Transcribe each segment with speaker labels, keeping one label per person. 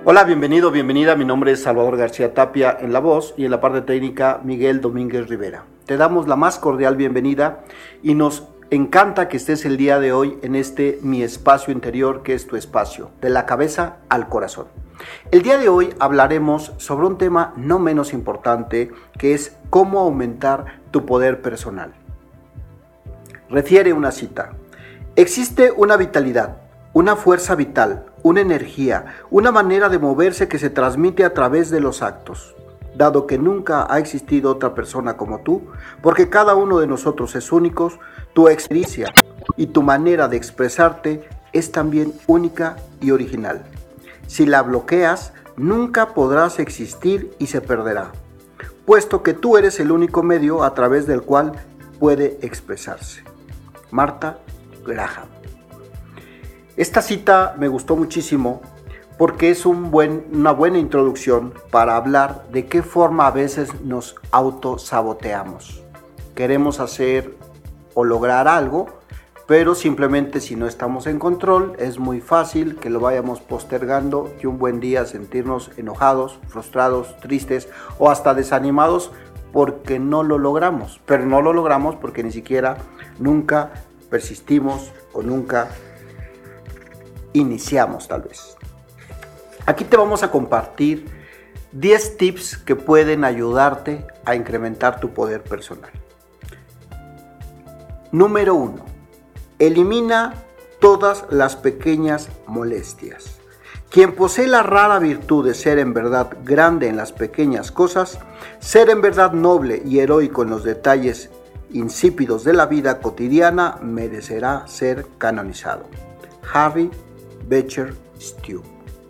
Speaker 1: Hola, bienvenido, bienvenida. Mi nombre es Salvador García Tapia en la voz y en la parte técnica Miguel Domínguez Rivera. Te damos la más cordial bienvenida y nos encanta que estés el día de hoy en este mi espacio interior, que es tu espacio, de la cabeza al corazón. El día de hoy hablaremos sobre un tema no menos importante, que es cómo aumentar tu poder personal. Refiere una cita: existe una vitalidad, una fuerza vital, una energía, una manera de moverse que se transmite a través de los actos. Dado que nunca ha existido otra persona como tú, porque cada uno de nosotros es único, tu experiencia y tu manera de expresarte es también única y original. Si la bloqueas, nunca podrás existir y se perderá, puesto que tú eres el único medio a través del cual puede expresarse. Martha Graham. Esta cita me gustó muchísimo porque es una buena introducción para hablar de qué forma a veces nos autosaboteamos. Queremos hacer o lograr algo, pero simplemente si no estamos en control es muy fácil que lo vayamos postergando y un buen día sentirnos enojados, frustrados, tristes o hasta desanimados porque no lo logramos. Pero no lo logramos porque ni siquiera nunca persistimos o nunca iniciamos tal vez. Aquí te vamos a compartir 10 tips que pueden ayudarte a incrementar tu poder personal. Número 1. Elimina todas las pequeñas molestias. Quien posee la rara virtud de ser en verdad grande en las pequeñas cosas, ser en verdad noble y heroico en los detalles insípidos de la vida cotidiana, merecerá ser canonizado. Harry Beecher Stowe.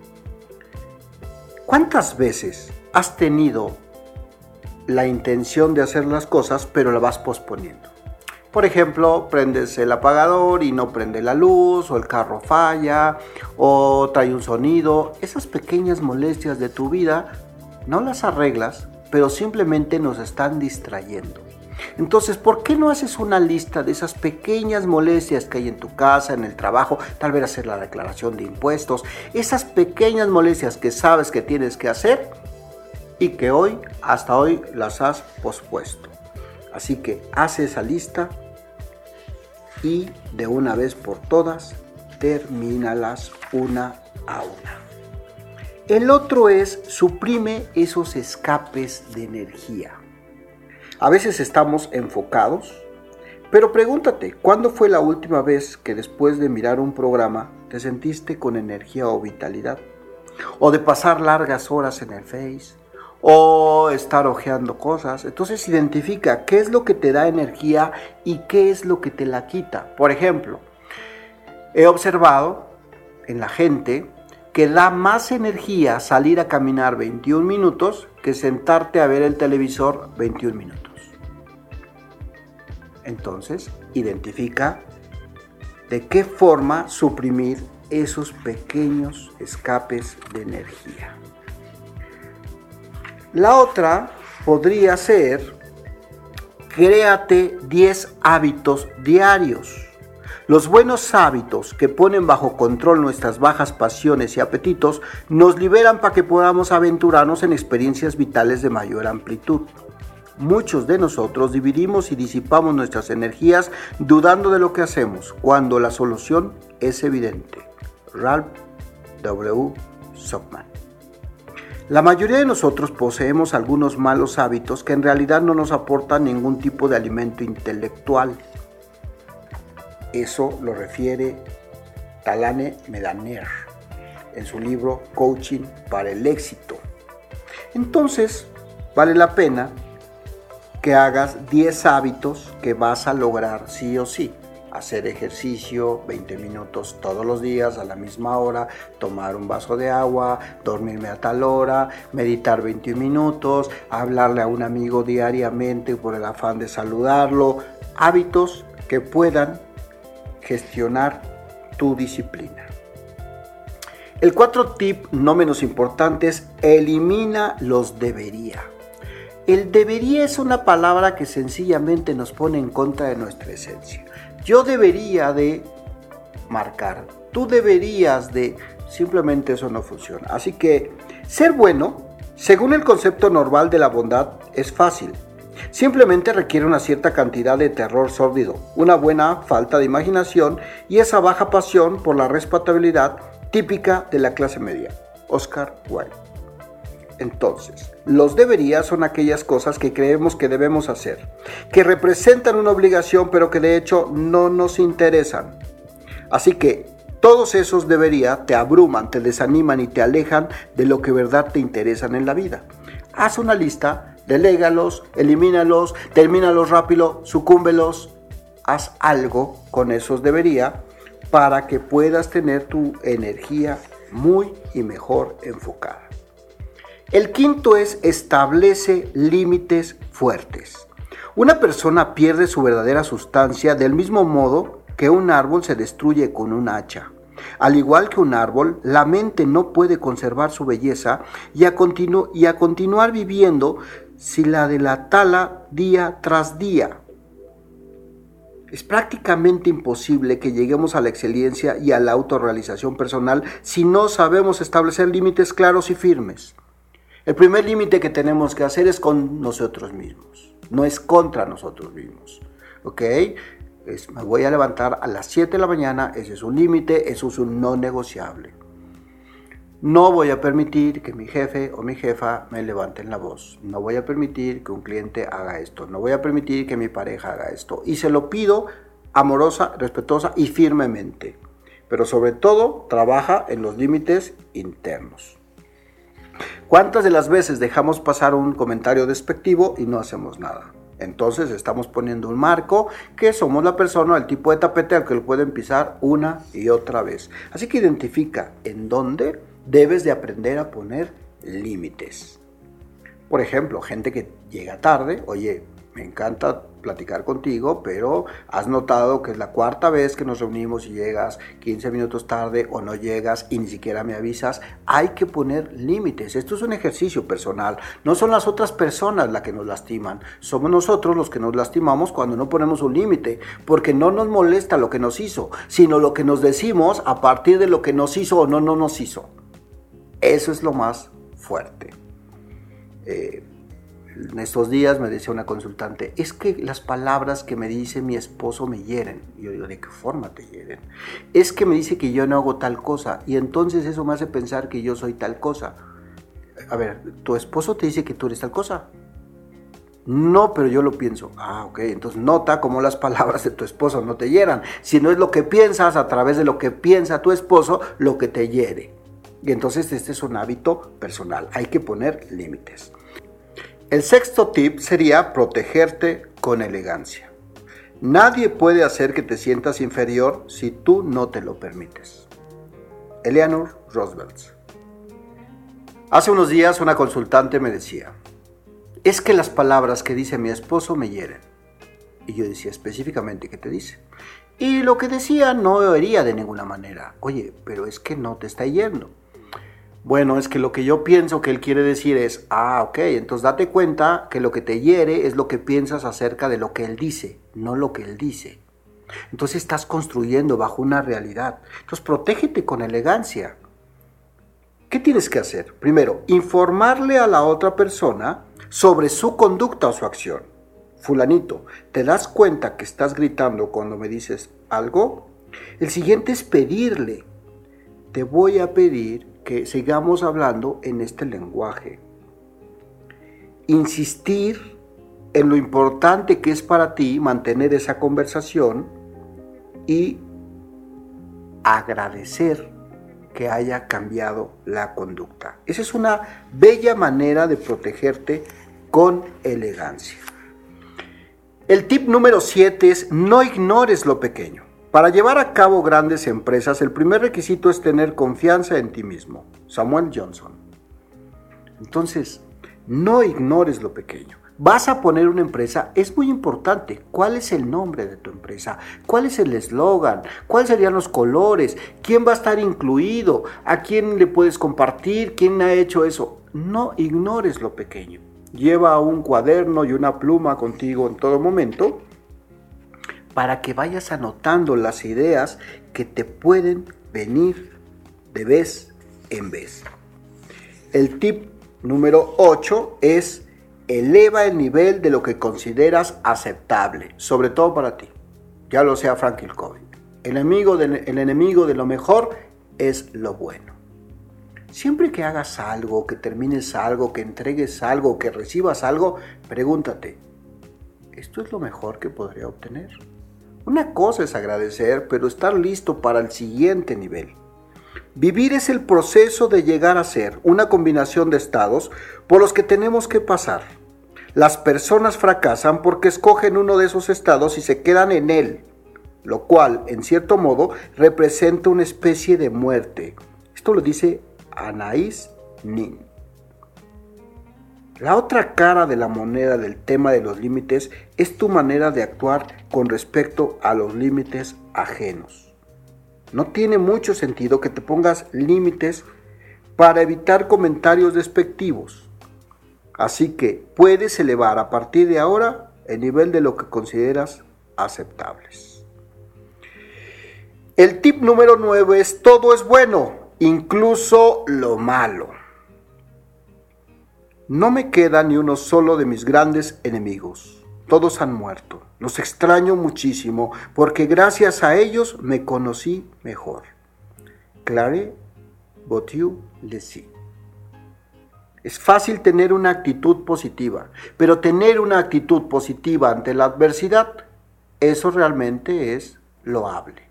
Speaker 1: ¿Cuántas veces has tenido la intención de hacer las cosas, pero la vas posponiendo? Por ejemplo, prendes el apagador y no prende la luz, o el carro falla, o trae un sonido. Esas pequeñas molestias de tu vida no las arreglas, pero simplemente nos están distrayendo. Entonces, ¿por qué no haces una lista de esas pequeñas molestias que hay en tu casa, en el trabajo? Tal vez hacer la declaración de impuestos. Esas pequeñas molestias que sabes que tienes que hacer y que hasta hoy las has pospuesto. Así que haz esa lista y de una vez por todas, termínalas una a una. El otro es suprime esos escapes de energía. A veces estamos enfocados, pero pregúntate, ¿cuándo fue la última vez que después de mirar un programa te sentiste con energía o vitalidad? O de pasar largas horas en el Face, o estar hojeando cosas. Entonces identifica qué es lo que te da energía y qué es lo que te la quita. Por ejemplo, he observado en la gente que da más energía salir a caminar 21 minutos que sentarte a ver el televisor 21 minutos. Entonces, identifica de qué forma suprimir esos pequeños escapes de energía. La otra podría ser, créate 10 hábitos diarios. Los buenos hábitos que ponen bajo control nuestras bajas pasiones y apetitos nos liberan para que podamos aventurarnos en experiencias vitales de mayor amplitud. Muchos de nosotros dividimos y disipamos nuestras energías dudando de lo que hacemos, cuando la solución es evidente. Ralph W. Sockman. La mayoría de nosotros poseemos algunos malos hábitos que en realidad no nos aportan ningún tipo de alimento intelectual. Eso lo refiere Talane Medaner en su libro Coaching para el Éxito. Entonces, vale la pena que hagas 10 hábitos que vas a lograr sí o sí. Hacer ejercicio 20 minutos todos los días a la misma hora, tomar un vaso de agua, dormirme a tal hora, meditar 21 minutos, hablarle a un amigo diariamente por el afán de saludarlo. Hábitos que puedan gestionar tu disciplina. El 4 tip no menos importante es elimina los debería. El debería es una palabra que sencillamente nos pone en contra de nuestra esencia. Yo debería de marcar, tú deberías de, Simplemente eso no funciona. Así que ser bueno, según el concepto normal de la bondad, es fácil. Simplemente requiere una cierta cantidad de terror sórdido, una buena falta de imaginación y esa baja pasión por la respetabilidad típica de la clase media. Oscar Wilde. Entonces, los deberías son aquellas cosas que creemos que debemos hacer, que representan una obligación pero que de hecho no nos interesan. Así que todos esos debería te abruman, te desaniman y te alejan de lo que de verdad te interesan en la vida. Haz una lista, delégalos, elimínalos, termínalos rápido, sucúmbelos. Haz algo con esos debería para que puedas tener tu energía muy y mejor enfocada. El quinto es establece límites fuertes. Una persona pierde su verdadera sustancia del mismo modo que un árbol se destruye con un hacha. Al igual que un árbol, la mente no puede conservar su belleza y a continuar viviendo si la tala día tras día. Es prácticamente imposible que lleguemos a la excelencia y a la autorrealización personal si no sabemos establecer límites claros y firmes. El primer límite que tenemos que hacer es con nosotros mismos, no es contra nosotros mismos, ¿ok? Me voy a levantar a las 7 de la mañana, ese es un límite, eso es un no negociable. No voy a permitir que mi jefe o mi jefa me levanten la voz, no voy a permitir que un cliente haga esto, no voy a permitir que mi pareja haga esto. Y se lo pido amorosa, respetuosa y firmemente, pero sobre todo trabaja en los límites internos. ¿Cuántas de las veces dejamos pasar un comentario despectivo y no hacemos nada? Entonces estamos poniendo un marco que somos la persona, el tipo de tapete al que lo pueden pisar una y otra vez. Así que identifica en dónde debes de aprender a poner límites. Por ejemplo, gente que llega tarde, oye, me encanta platicar contigo, pero has notado que es la cuarta vez que nos reunimos y llegas 15 minutos tarde o no llegas y ni siquiera me avisas. Hay que poner límites. Esto es un ejercicio personal. No son las otras personas las que nos lastiman. Somos nosotros los que nos lastimamos cuando no ponemos un límite, porque no nos molesta lo que nos hizo, sino lo que nos decimos a partir de lo que nos hizo o no nos hizo. Eso es lo más fuerte. En estos días me decía una consultante, es que las palabras que me dice mi esposo me hieren. Y yo digo, ¿de qué forma te hieren? Es que me dice que yo no hago tal cosa y entonces eso me hace pensar que yo soy tal cosa. A ver, ¿tu esposo te dice que tú eres tal cosa? No, pero yo lo pienso. Ah, ok, entonces nota cómo las palabras de tu esposo no te hieran. Si no es lo que piensas a través de lo que piensa tu esposo, lo que te hiere. Y entonces este es un hábito personal. Hay que poner límites. El sexto tip sería protegerte con elegancia. Nadie puede hacer que te sientas inferior si tú no te lo permites. Eleanor Roosevelt. Hace unos días una consultante me decía, es que las palabras que dice mi esposo me hieren. Y yo decía específicamente, ¿qué te dice? Y lo que decía no hería de ninguna manera. Oye, pero es que no te está hiriendo. Bueno, es que lo que yo pienso que él quiere decir es, ok, entonces date cuenta que lo que te hiere es lo que piensas acerca de lo que él dice, no lo que él dice. Entonces estás construyendo bajo una realidad. Entonces protégete con elegancia. ¿Qué tienes que hacer? Primero, informarle a la otra persona sobre su conducta o su acción. Fulanito, ¿te das cuenta que estás gritando cuando me dices algo? El siguiente es pedirle. Te voy a pedir que sigamos hablando en este lenguaje. Insistir en lo importante que es para ti mantener esa conversación y agradecer que haya cambiado la conducta. Esa es una bella manera de protegerte con elegancia. El tip número 7 es no ignores lo pequeño. Para llevar a cabo grandes empresas, el primer requisito es tener confianza en ti mismo. Samuel Johnson. Entonces, no ignores lo pequeño. Vas a poner una empresa, es muy importante. ¿Cuál es el nombre de tu empresa? ¿Cuál es el eslogan? ¿Cuáles serían los colores? ¿Quién va a estar incluido? ¿A quién le puedes compartir? ¿Quién ha hecho eso? No ignores lo pequeño. Lleva un cuaderno y una pluma contigo en todo momento para que vayas anotando las ideas que te pueden venir de vez en vez. El tip número 8 es: eleva el nivel de lo que consideras aceptable, sobre todo para ti. Ya lo sea Franklin Covey. El enemigo de lo mejor es lo bueno. Siempre que hagas algo, que termines algo, que entregues algo, que recibas algo, pregúntate: ¿esto es lo mejor que podría obtener? Una cosa es agradecer, pero estar listo para el siguiente nivel. Vivir es el proceso de llegar a ser una combinación de estados por los que tenemos que pasar. Las personas fracasan porque escogen uno de esos estados y se quedan en él, lo cual, en cierto modo, representa una especie de muerte. Esto lo dice Anais Nin. La otra cara de la moneda del tema de los límites es tu manera de actuar con respecto a los límites ajenos. No tiene mucho sentido que te pongas límites para evitar comentarios despectivos. Así que puedes elevar a partir de ahora el nivel de lo que consideras aceptables. El tip número 9 es: todo es bueno, incluso lo malo. No me queda ni uno solo de mis grandes enemigos. Todos han muerto. Los extraño muchísimo porque gracias a ellos me conocí mejor. Claire Bottieu-Lessy. Es fácil tener una actitud positiva, pero tener una actitud positiva ante la adversidad, eso realmente es loable.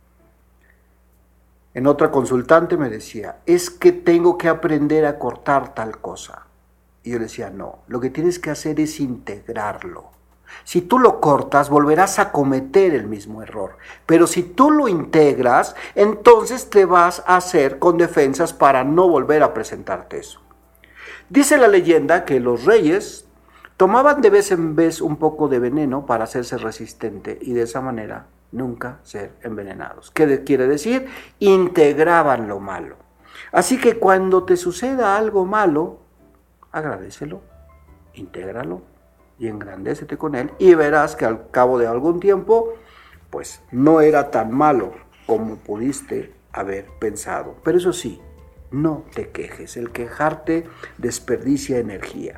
Speaker 1: En otra consultante me decía: es que tengo que aprender a cortar tal cosa. Y yo le decía: no, lo que tienes que hacer es integrarlo. Si tú lo cortas, volverás a cometer el mismo error. Pero si tú lo integras, entonces te vas a hacer con defensas para no volver a presentarte eso. Dice la leyenda que los reyes tomaban de vez en vez un poco de veneno para hacerse resistente y de esa manera nunca ser envenenados. ¿Qué quiere decir? Integraban lo malo. Así que cuando te suceda algo malo, agradécelo, intégralo y engrandécete con él y verás que al cabo de algún tiempo, pues no era tan malo como pudiste haber pensado. Pero eso sí, no te quejes. El quejarte desperdicia energía.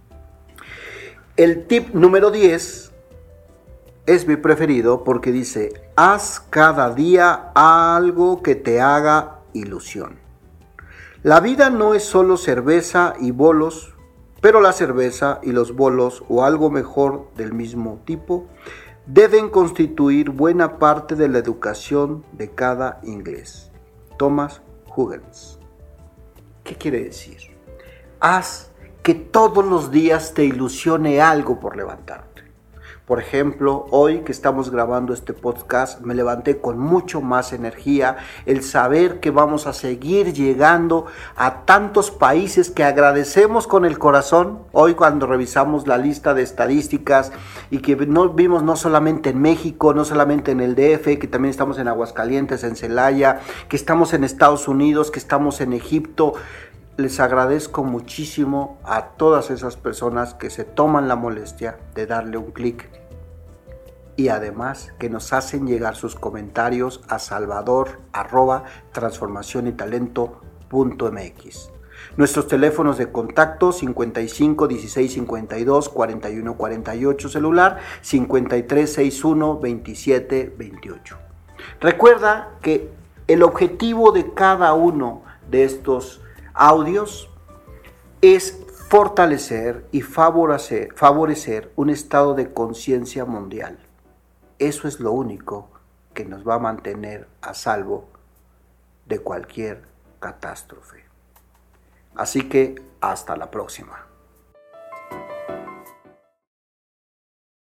Speaker 1: El tip número 10 es mi preferido porque dice: haz cada día algo que te haga ilusión. La vida no es solo cerveza y bolos, pero la cerveza y los bolos, o algo mejor del mismo tipo, deben constituir buena parte de la educación de cada inglés. Thomas Huggins. ¿Qué quiere decir? Haz que todos los días te ilusione algo por levantarte. Por ejemplo, hoy que estamos grabando este podcast, me levanté con mucho más energía, el saber que vamos a seguir llegando a tantos países que agradecemos con el corazón. Hoy cuando revisamos la lista de estadísticas y que vimos no solamente en México, no solamente en el DF, que también estamos en Aguascalientes, en Celaya, que estamos en Estados Unidos, que estamos en Egipto. Les agradezco muchísimo a todas esas personas que se toman la molestia de darle un clic y además que nos hacen llegar sus comentarios a salvador@transformacionytalento.mx. Nuestros teléfonos de contacto: 55 16 52 41 48, celular 53 61 27 28. Recuerda que el objetivo de cada uno de estos audios es fortalecer y favorecer un estado de conciencia mundial. Eso es lo único que nos va a mantener a salvo de cualquier catástrofe. Así que hasta la próxima.